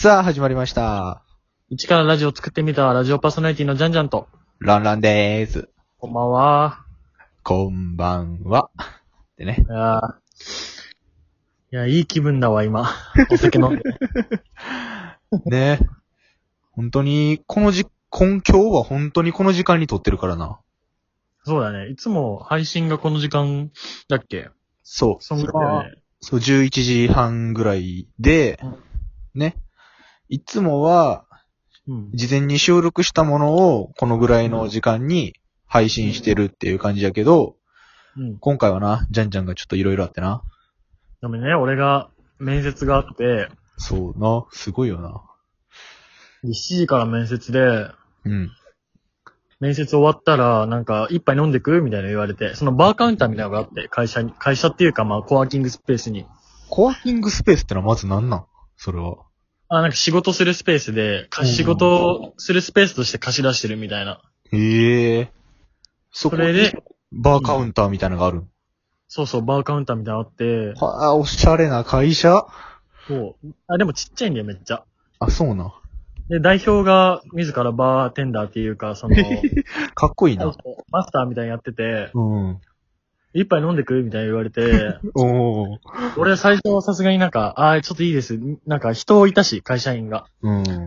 さあ、始まりました。 一からラジオ作ってみたラジオパーソナリティのジャンジャンと。 ランランでーす。 こんばんは。 こんばんは。でね。 いい気分だわ、今。お酒飲んで。 ね。本当に、今日は本当にこの時間に撮ってるからな。 そうだね。いつも配信がこの時間だっけ？ そう。 そんぐらいだよね。 そう、11時半ぐらいで、ね。いつもは、事前に収録したものをこのぐらいの時間に配信してるっていう感じやけど、今回はな、ジャンジャンがちょっといろいろあってな。 でもね、俺が面接があって、 そうな、すごいよな。 7時から面接で、 うん。 面接終わったら、なんか、一杯飲んでくみたいな言われて、そのバーカウンターみたいなのがあって、会社っていうか、まあ、コワーキングスペースに。 コワーキングスペースってのはまず何なんそれは。 なんか仕事するスペースで、仕事するスペースとして貸し出してるみたいな。 へえ。そこれで、 バーカウンターみたいなのがある。 そうそう、バーカウンターみたいなのあって、 はあ、おしゃれな会社。 そう。でもちっちゃいんだよ、めっちゃ。 あ、そうな。 で、代表が自らバーテンダーっていうか、 かっこいいな。 マスターみたいにやってて、 うん。 一杯飲んでくみたいに言われて、 おー。 俺は最初はさすがになんか、ちょっといいです。なんか人いたし、会社員が。 うん。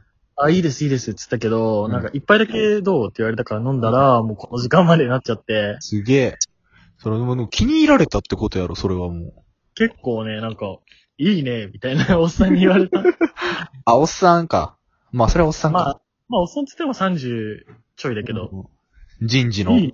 いいです、いいですって言ったけど、 うんなんか一杯だけどうって言われたから飲んだら、もうこの時間までになっちゃって、 すげえ。それも気に入られたってことやろ、それはもう。 結構ね、なんか、いいね、みたいなおっさんに言われた。 あ、おっさんか。まあ、それはおっさんか。 まあ、おっさんって言っても30ちょいだけど、 人事の。 いい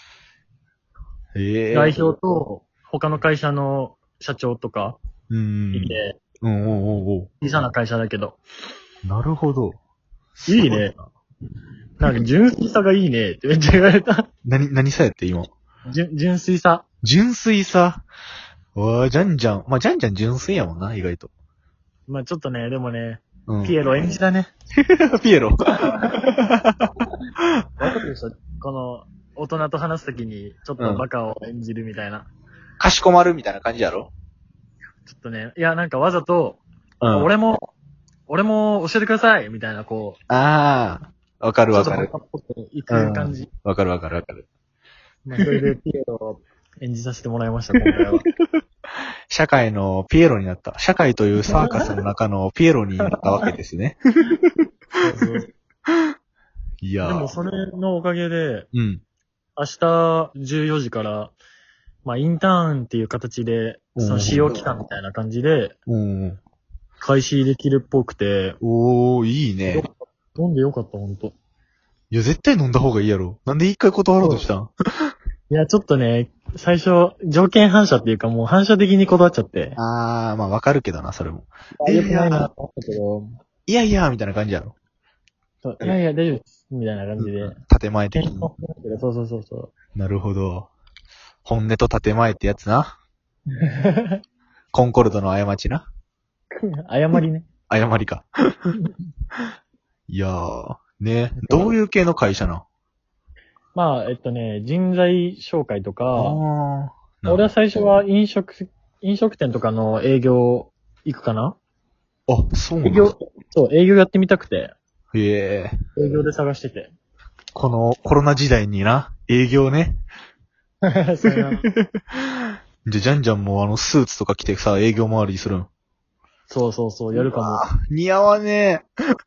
へえ。 代表と、他の会社の社長とかいて、小さな会社だけど。 なるほど。 いいね。なんか純粋さがいいねってめっちゃ言われた。 何さやって今。 純粋さ。 純粋さ。わあ、ジャンジャン。まあ、ジャンジャン純粋やもんな、意外と。 まあちょっとね、でもね、 うん。 ピエロ演じだね。 ピエロ。 わかるでしょ？この、大人と話すときに、ちょっとバカを演じるみたいな。 かしこまるみたいな感じやろ。 ちょっとね、いや、なんかわざと、俺も教えてくださいみたいな、こう。 ああ、わかるわかる。 ちょっとバカっぽくいく感じ。 わかるわかるわかる。 まあ、それでピエロを演じさせてもらいました、今回は。 社会のピエロになった。社会というサーカスの中のピエロになったわけですね。 そうそう。 いやー。 でもそれのおかげで、 うん。 明日14時から、まあインターンっていう形で、その使用期間みたいな感じで、開始できるっぽくて、 おー、いいね。 飲んでよかった、ほんと。 いや、絶対飲んだ方がいいやろ。なんで一回断ろうとしたん？ いや、ちょっとね、最初、条件反射っていうかもう反射的に断っちゃって。 あー、まあわかるけどな、それも。 良くないなと思ったけど、 いやいや、みたいな感じやろ。 いやいや、大丈夫です。みたいな感じで。 建前的に。 そうそうそうそなるほど。本音と建前ってやつな。 う。 コンコルドの過ちな。 誤りね。 誤りか。いやー、ね。どういう系の会社なまあ、人材紹介とか、 の？ 俺は最初は飲食店とかの営業行くかな？ あ、そうなんだ。 営業やってみたくて、 へえ。 営業で探してて。 このコロナ時代にな、営業ね。 それなじゃ、じゃんじゃんもスーツとか着てさ、営業回りするん。 そうそうそう、やるかも。 似合わね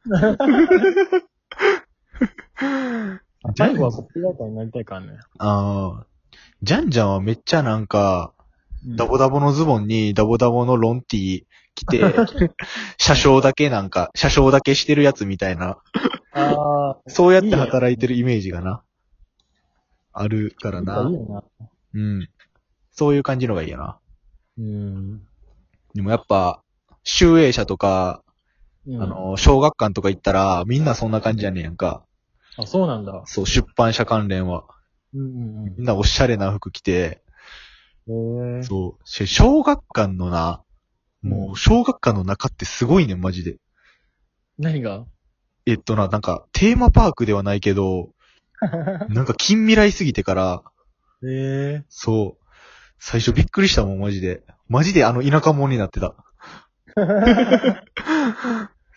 え。 最後はコピーライターになりたいからね。 ジャンジャンはめっちゃなんか、ダボダボのズボンにダボダボのロンティー着て、車掌だけしてるやつみたいな。そうやって働いてるイメージがな。あるからな。 いいよな。 うん。そういう感じのがいいよな。でもやっぱ、集英社とか、小学館とか行ったら、みんなそんな感じやねんやんか。 あ、そうなんだ。 そう、出版社関連は。みんなおしゃれな服着て、そう、小学館のな、もう小学館の中ってすごいねん、マジで。 何が？ なんか、テーマパークではないけど、なんか近未来すぎてから、そう、最初びっくりしたもん、マジで。マジで田舎者になってた。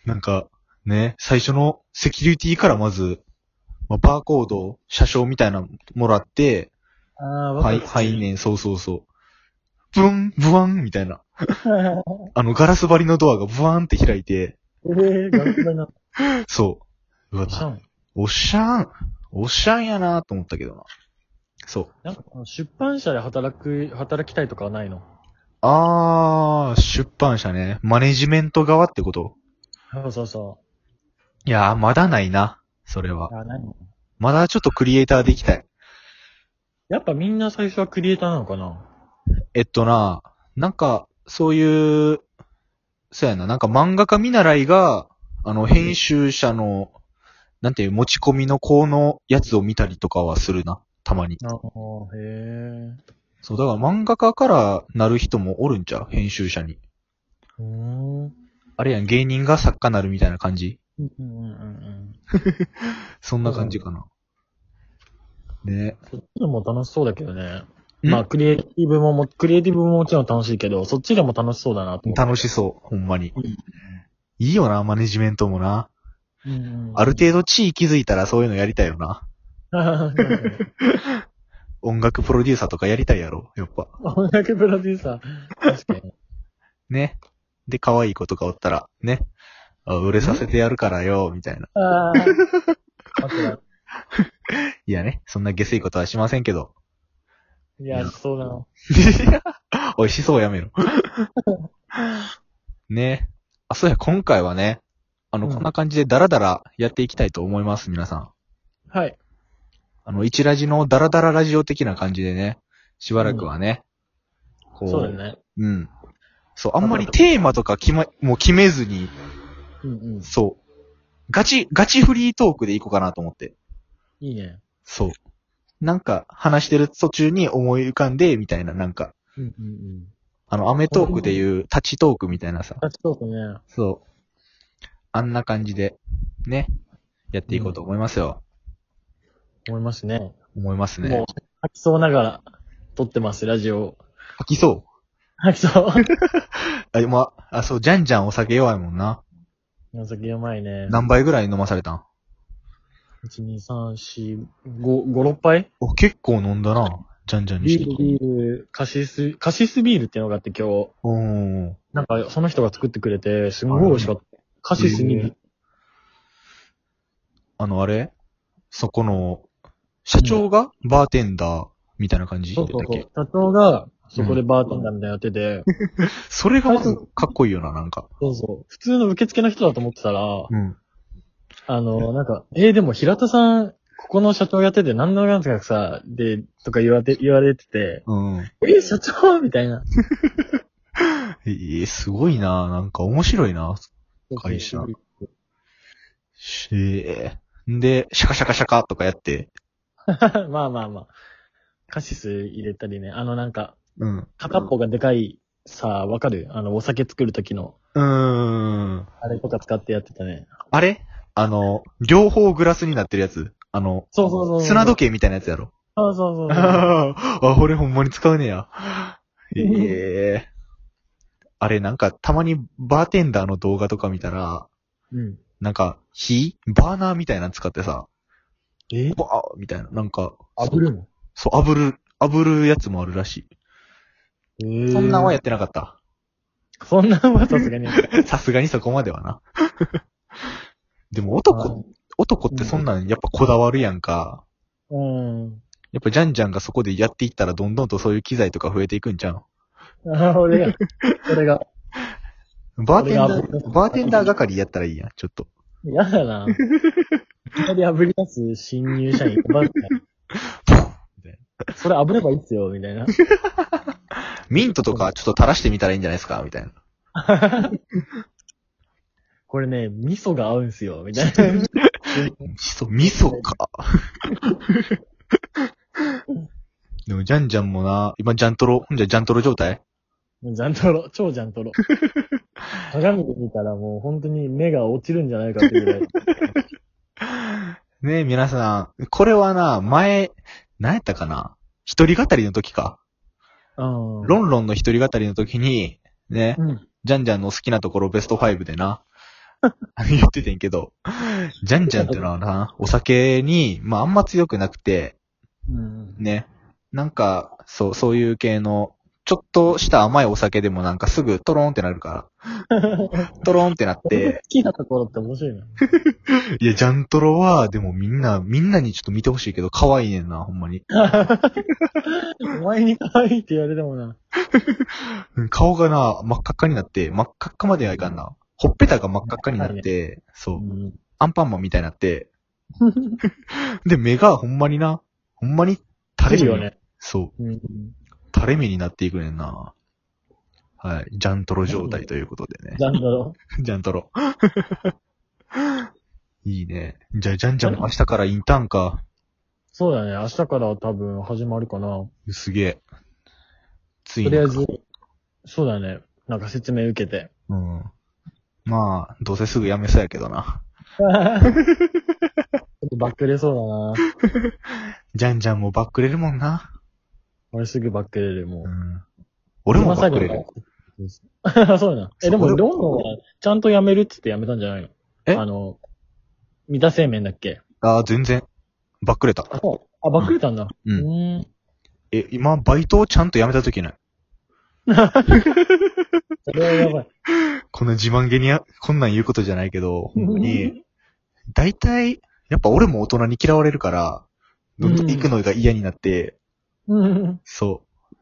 なんか、ね、最初のセキュリティからまず、まあ、バーコード、車掌みたいなのもらって、 ああ、わかる。 はいねん、そうそうそう。ブン、ブワンみたいな。ガラス張りのドアがブワンって開いて、 ガラス張りな。 そう。うわ、 シャン。 おっしゃん。おっしゃんやなと思ったけどな。そう。 なんか、出版社で働きたいとかはないの？ 出版社ね。マネジメント側ってこと？ そうそうそいやー、まだないな。それは。 う。ないの？ まだちょっとクリエイターできたい。 やっぱみんな最初はクリエイターなのかな？ なんか、そういう、そうやな、なんか漫画家見習いが、編集者の、なんていう、持ち込みの子のやつを見たりとかはするな。たまに。 ああ、へえ。 そう、だから漫画家からなる人もおるんちゃう？編集者に。あれやん、芸人が作家なるみたいな感じ？ うんうんうんうん。 そんな感じかな。ね。 そっちでも楽しそうだけどね。まあ、クリエイティブももちろん楽しいけど、そっちでも楽しそうだなと思って。 楽しそう、ほんまに。 うんいいよな、マネジメントもな。 うんある程度地位築いたらそういうのやりたいよな。音楽プロデューサーとかやりたいやろ、やっぱ。 音楽プロデューサー。確かに。 ね。で、可愛い子とかおったら、ね。売れさせてやるからよ、みたいな。 ああ。 いやね、そんな下水ことはしませんけど。 いや、そうだな。 おいしそうやめろ。ね。あ、そうや、今回はね、こんな感じでダラダラやっていきたいと思います、皆さん。 はい。 一ラジのダラダララジオ的な感じでね、しばらくはね、こう。 そうだね。 うん。そう、あんまりテーマとかもう決めずに、そう。ガチフリートークでいこうかなと思って。 いいね。 そう。なんか、話してる途中に思い浮かんで、みたいな、なんか。アメトークでいうタッチトークみたいなさ。 タッチトークね。 そう。あんな感じで、ね、やっていこうと思いますよ。 思いますね。 思いますね。 もう、吐きそうながら撮ってます、ラジオ。 吐きそう吐きそう。 そう、じゃんじゃんお酒弱いもんな。 お酒うまいね。 何杯ぐらい飲まされたん？ 1、2、3、4、5、6杯結構飲んだな。じゃんじゃんにして。 ビール、カシスビールっていうのがあって今日。なんか、その人が作ってくれて、すんごい美味しかった。カシスビール。 あれそこの、社長がバーテンダーみたいな感じだっけ？ そう。社長が、そこでバーテンダーみたいなやってて。 それがまずかっこいいよな、なんか。 そう。普通の受付の人だと思ってたら、なんか、でも平田さん、ここの社長やってて何のなんかさ、とか言われてて、社長みたいな。 すごいな、なんか面白いな、会社。で、シャカシャカシャカとかやって。 まあ。カシス入れたりね、なんか、片っぽがでかいさ、わかる？お酒作るときの。あれとか使ってやってたね。 あれ両方グラスになってるやつ。 そう。 砂時計みたいなやつやろ。 そう。 これほんまに使うねや。あれなんかたまにバーテンダーの動画とか見たら、なんかバーナーみたいなの使ってさ、バーみたいな、なんか。 炙るの？ そう、炙るやつもあるらしい。そんなんはやってなかった。 そんなんはさすがに。 さすがにそこまではな。でも男ってそんなんやっぱこだわるやんか。やっぱジャンジャンがそこでやっていったらどんどんとそういう機材とか増えていくんちゃう？ 俺が。 バーテンダー係やったらいいやん、ちょっと。 やだな。いきなり炙り出す新入社員。それ炙ればいいっすよ、みたいな。 ミントとかちょっと垂らしてみたらいいんじゃないですかみたいな。 これね、味噌が合うんすよ、みたいな。 味噌か。でも、ジャンジャンもな、今ジャントロ状態？ 超ジャントロ。鏡で見たらもう本当に目が落ちるんじゃないかってぐらい。 ねえ、皆さん、これはな、何やったかな？一人語りの時か。ロンロンの一人語りの時に、ね、ジャンジャンの好きなところベスト5でな、 言っててんけど、ジャンジャンってのはな、お酒に、まああんま強くなくて、ね。なんか、そういう系の、ちょっとした甘いお酒でもなんかすぐトローンってなるから。トローンってなって。 好きなところって面白いな。 いや、ジャントロは、でもみんなにちょっと見てほしいけど、可愛いねんな、ほんまに。 お前に可愛いって言われてもな。 顔がな、真っ赤っかになって、真っ赤っかまではいかんな。ほっぺたが真っ赤っかになって、そう。アンパンマンみたいになって。で、目がほんまに垂れ目に、そう。垂れ目になっていくねんな。はい。ジャントロ状態ということでね。 ジャントロ。 ジャントロ。いいね。じゃあ、ジャンジャンも明日からインターンか。 そうだね。明日から多分始まるかな。 すげえ。ついに。 とりあえず、そうだね。なんか説明受けて。 うん。まあ、どうせすぐ辞めそうやけどな。 ちょっとバックれそうだな。 ジャンジャンもバックれるもんな。 俺すぐバックれる、もう。 俺もバックれる。 そうだな。でも、ロンドンはちゃんと辞めるって言って辞めたんじゃないの？三田製麺だっけ？ 全然。バックれた。 バックれたんだ。 今、バイトをちゃんと辞めたときない。 それはやばい。 こんな自慢げにこんなん言うことじゃないけど、ほんまに、大体、やっぱ俺も大人に嫌われるから、どんどん行くのが嫌になって、そう。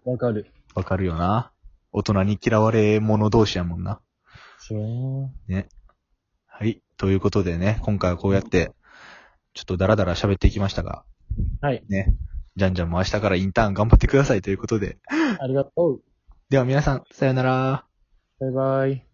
わかる。 わかるよな。大人に嫌われ者同士やもんな。 そうね。はい。ということでね、今回はこうやって、ちょっとダラダラ喋っていきましたが。 はい。 ね。じゃんじゃんも明日からインターン頑張ってくださいということで。 ありがとう。 では皆さん、さよなら。 バイバイ。